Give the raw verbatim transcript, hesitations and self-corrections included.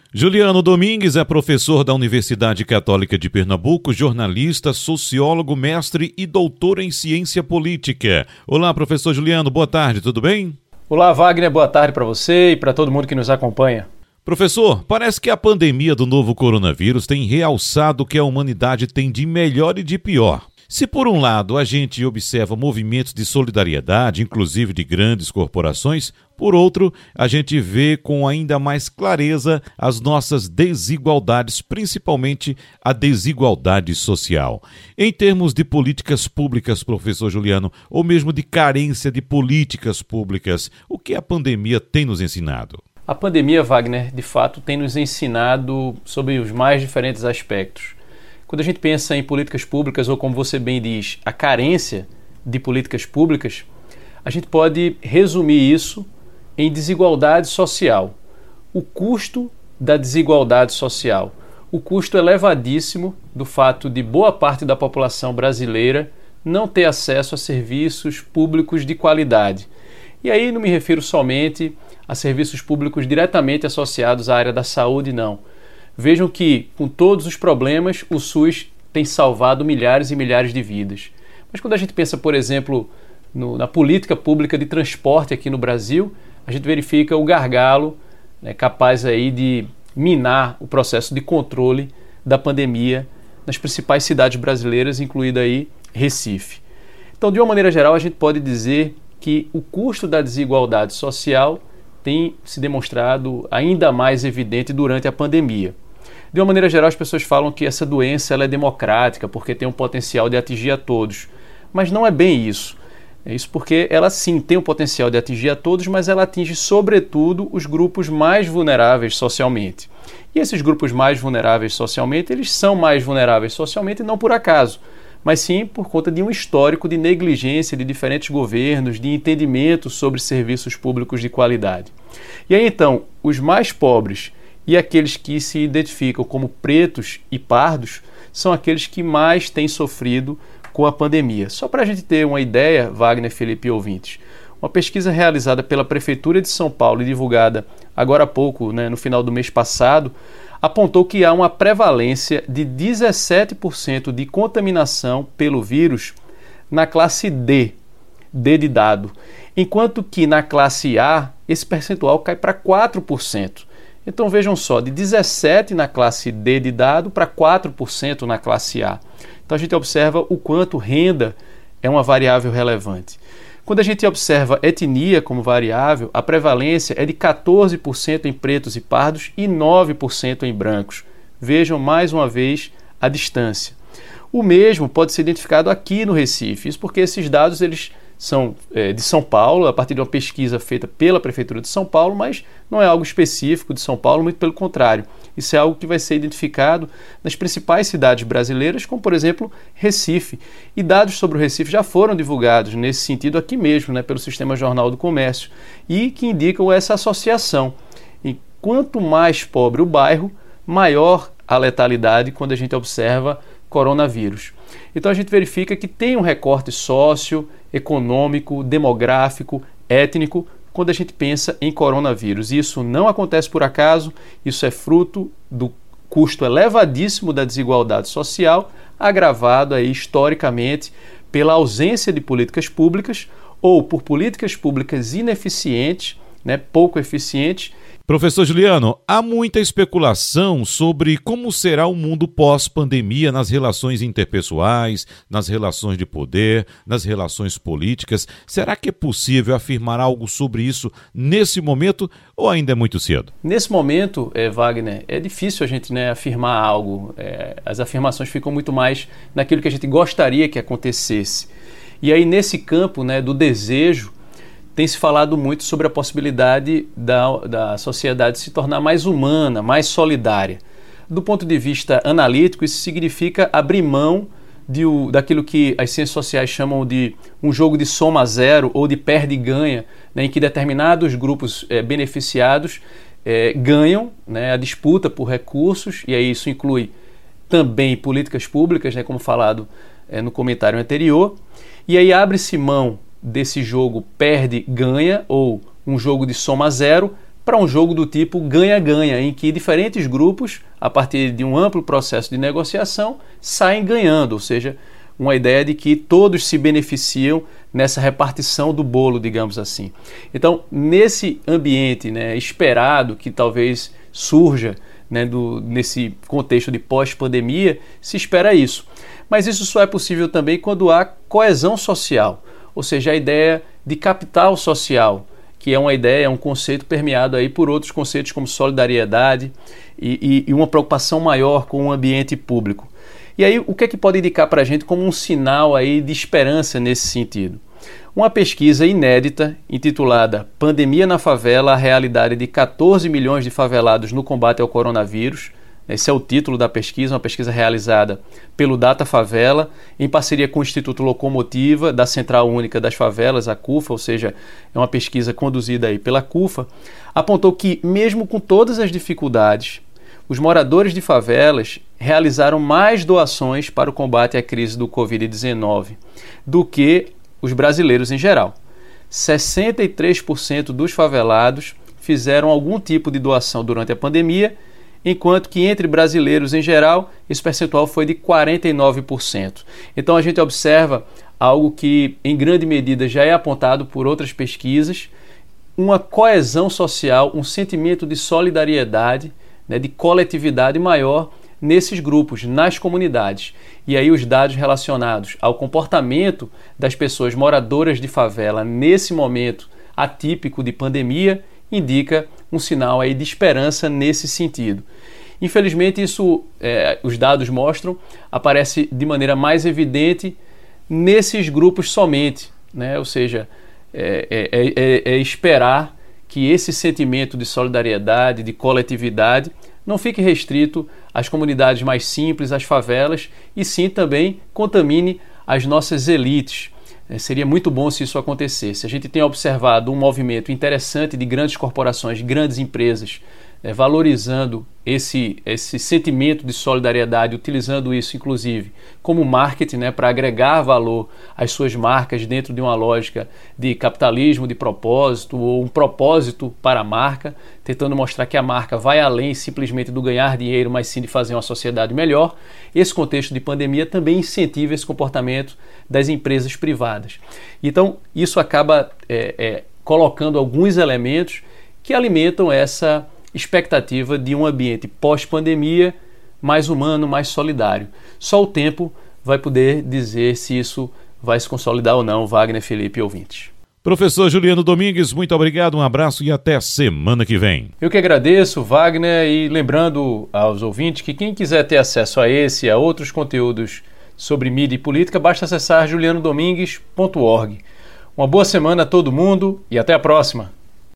Juliano Domingues é professor da Universidade Católica de Pernambuco, jornalista, sociólogo, mestre e doutor em ciência política. Olá, professor Juliano, boa tarde, tudo bem? Olá, Wagner, boa tarde para você e para todo mundo que nos acompanha. Professor, parece que a pandemia do novo coronavírus tem realçado o que a humanidade tem de melhor e de pior. Se por um lado a gente observa movimentos de solidariedade, inclusive de grandes corporações, por outro, a gente vê com ainda mais clareza as nossas desigualdades, principalmente a desigualdade social. Em termos de políticas públicas, professor Juliano, ou mesmo de carência de políticas públicas, o que a pandemia tem nos ensinado? A pandemia, Wagner, de fato, tem nos ensinado sobre os mais diferentes aspectos. Quando a gente pensa em políticas públicas, ou como você bem diz, a carência de políticas públicas, a gente pode resumir isso em desigualdade social. O custo da desigualdade social. O custo elevadíssimo do fato de boa parte da população brasileira não ter acesso a serviços públicos de qualidade. E aí não me refiro somente a serviços públicos diretamente associados à área da saúde, não. Vejam que, com todos os problemas, o SUS tem salvado milhares e milhares de vidas. Mas quando a gente pensa, por exemplo, no, na política pública de transporte aqui no Brasil, a gente verifica o gargalo, né, capaz aí de minar o processo de controle da pandemia nas principais cidades brasileiras, incluída aí Recife. Então, de uma maneira geral, a gente pode dizer que o custo da desigualdade social tem se demonstrado ainda mais evidente durante a pandemia. De uma maneira geral, as pessoas falam que essa doença ela é democrática, porque tem um potencial de atingir a todos. Mas não é bem isso. É isso porque ela sim tem o potencial de atingir a todos, mas ela atinge sobretudo os grupos mais vulneráveis socialmente. E esses grupos mais vulneráveis socialmente, eles são mais vulneráveis socialmente não por acaso, mas sim por conta de um histórico de negligência de diferentes governos, de entendimento sobre serviços públicos de qualidade. E aí então, os mais pobres e aqueles que se identificam como pretos e pardos são aqueles que mais têm sofrido com a pandemia. Só para a gente ter uma ideia, Wagner, Felipe e ouvintes, uma pesquisa realizada pela Prefeitura de São Paulo e divulgada agora há pouco, né, no final do mês passado, apontou que há uma prevalência de dezessete por cento de contaminação pelo vírus na classe D, D de dado, enquanto que na classe A esse percentual cai para quatro por cento. Então vejam só, de dezessete por cento na classe D de dado para quatro por cento na classe A. Então a gente observa o quanto renda é uma variável relevante. Quando a gente observa etnia como variável, a prevalência é de quatorze por cento em pretos e pardos e nove por cento em brancos. Vejam mais uma vez a distância. O mesmo pode ser identificado aqui no Recife, isso porque esses dados eles são é, de São Paulo, a partir de uma pesquisa feita pela Prefeitura de São Paulo, mas não é algo específico de São Paulo, muito pelo contrário. Isso é algo que vai ser identificado nas principais cidades brasileiras, como por exemplo Recife. E dados sobre o Recife já foram divulgados nesse sentido aqui mesmo, né, pelo Sistema Jornal do Comércio, e que indicam essa associação. E quanto mais pobre o bairro, maior a letalidade quando a gente observa coronavírus. Então a gente verifica que tem um recorte socioeconômico, demográfico, étnico, quando a gente pensa em coronavírus. Isso não acontece por acaso, isso é fruto do custo elevadíssimo da desigualdade social, agravado aí historicamente pela ausência de políticas públicas ou por políticas públicas ineficientes, né, pouco eficientes. Professor Juliano, há muita especulação sobre como será o mundo pós-pandemia nas relações interpessoais, nas relações de poder, nas relações políticas. Será que é possível afirmar algo sobre isso nesse momento ou ainda é muito cedo? Nesse momento, é, Wagner, é difícil a gente, né, afirmar algo. É, as afirmações ficam muito mais naquilo que a gente gostaria que acontecesse. E aí, nesse campo, né, do desejo, tem se falado muito sobre a possibilidade da, da sociedade se tornar mais humana, mais solidária. Do ponto de vista analítico, isso significa abrir mão de, daquilo que as ciências sociais chamam de um jogo de soma zero ou de perde e ganha, né, em que determinados grupos é, beneficiados é, ganham, né, a disputa por recursos, e aí isso inclui também políticas públicas, né, como falado é, no comentário anterior, e aí abre-se mão desse jogo perde-ganha ou um jogo de soma zero para um jogo do tipo ganha-ganha, em que diferentes grupos, a partir de um amplo processo de negociação, saem ganhando, ou seja, uma ideia de que todos se beneficiam nessa repartição do bolo, digamos assim. Então, nesse ambiente, né, esperado que talvez surja, né, do, nesse contexto de pós-pandemia, se espera isso. Mas isso só é possível também quando há coesão social, ou seja, a ideia de capital social, que é uma ideia, é um conceito permeado aí por outros conceitos como solidariedade e, e, e uma preocupação maior com o ambiente público. E aí, o que é que pode indicar para a gente como um sinal aí de esperança nesse sentido? Uma pesquisa inédita, intitulada Pandemia na Favela, a realidade de catorze milhões de favelados no combate ao coronavírus. Esse é o título da pesquisa, uma pesquisa realizada pelo Data Favela, em parceria com o Instituto Locomotiva, da Central Única das Favelas, a CUFA, ou seja, é uma pesquisa conduzida aí pela CUFA, apontou que, mesmo com todas as dificuldades, os moradores de favelas realizaram mais doações para o combate à crise do covid dezenove do que os brasileiros em geral. sessenta e três por cento dos favelados fizeram algum tipo de doação durante a pandemia, enquanto que entre brasileiros em geral, esse percentual foi de quarenta e nove por cento. Então a gente observa algo que em grande medida já é apontado por outras pesquisas, uma coesão social, um sentimento de solidariedade, né, de coletividade maior nesses grupos, nas comunidades. E aí os dados relacionados ao comportamento das pessoas moradoras de favela nesse momento atípico de pandemia indica um sinal aí de esperança nesse sentido. Infelizmente, isso, é, os dados mostram, aparece de maneira mais evidente nesses grupos somente, né? Ou seja, é, é, é, é esperar que esse sentimento de solidariedade, de coletividade, não fique restrito às comunidades mais simples, às favelas, e sim também contamine as nossas elites. Seria muito bom se isso acontecesse. A gente tem observado um movimento interessante de grandes corporações, de grandes empresas, né, valorizando esse, esse sentimento de solidariedade, utilizando isso, inclusive, como marketing, né, para agregar valor às suas marcas dentro de uma lógica de capitalismo, de propósito, ou um propósito para a marca, tentando mostrar que a marca vai além simplesmente do ganhar dinheiro, mas sim de fazer uma sociedade melhor. Esse contexto de pandemia também incentiva esse comportamento das empresas privadas. Então, isso acaba é, é, colocando alguns elementos que alimentam essa expectativa de um ambiente pós-pandemia mais humano, mais solidário. Só o tempo vai poder dizer se isso vai se consolidar ou não, Wagner, Felipe e ouvintes. Professor Juliano Domingues, muito obrigado, um abraço e até semana que vem. Eu que agradeço, Wagner, e lembrando aos ouvintes que quem quiser ter acesso a esse e a outros conteúdos sobre mídia e política, basta acessar juliano domingues ponto org. Uma boa semana a todo mundo e até a próxima!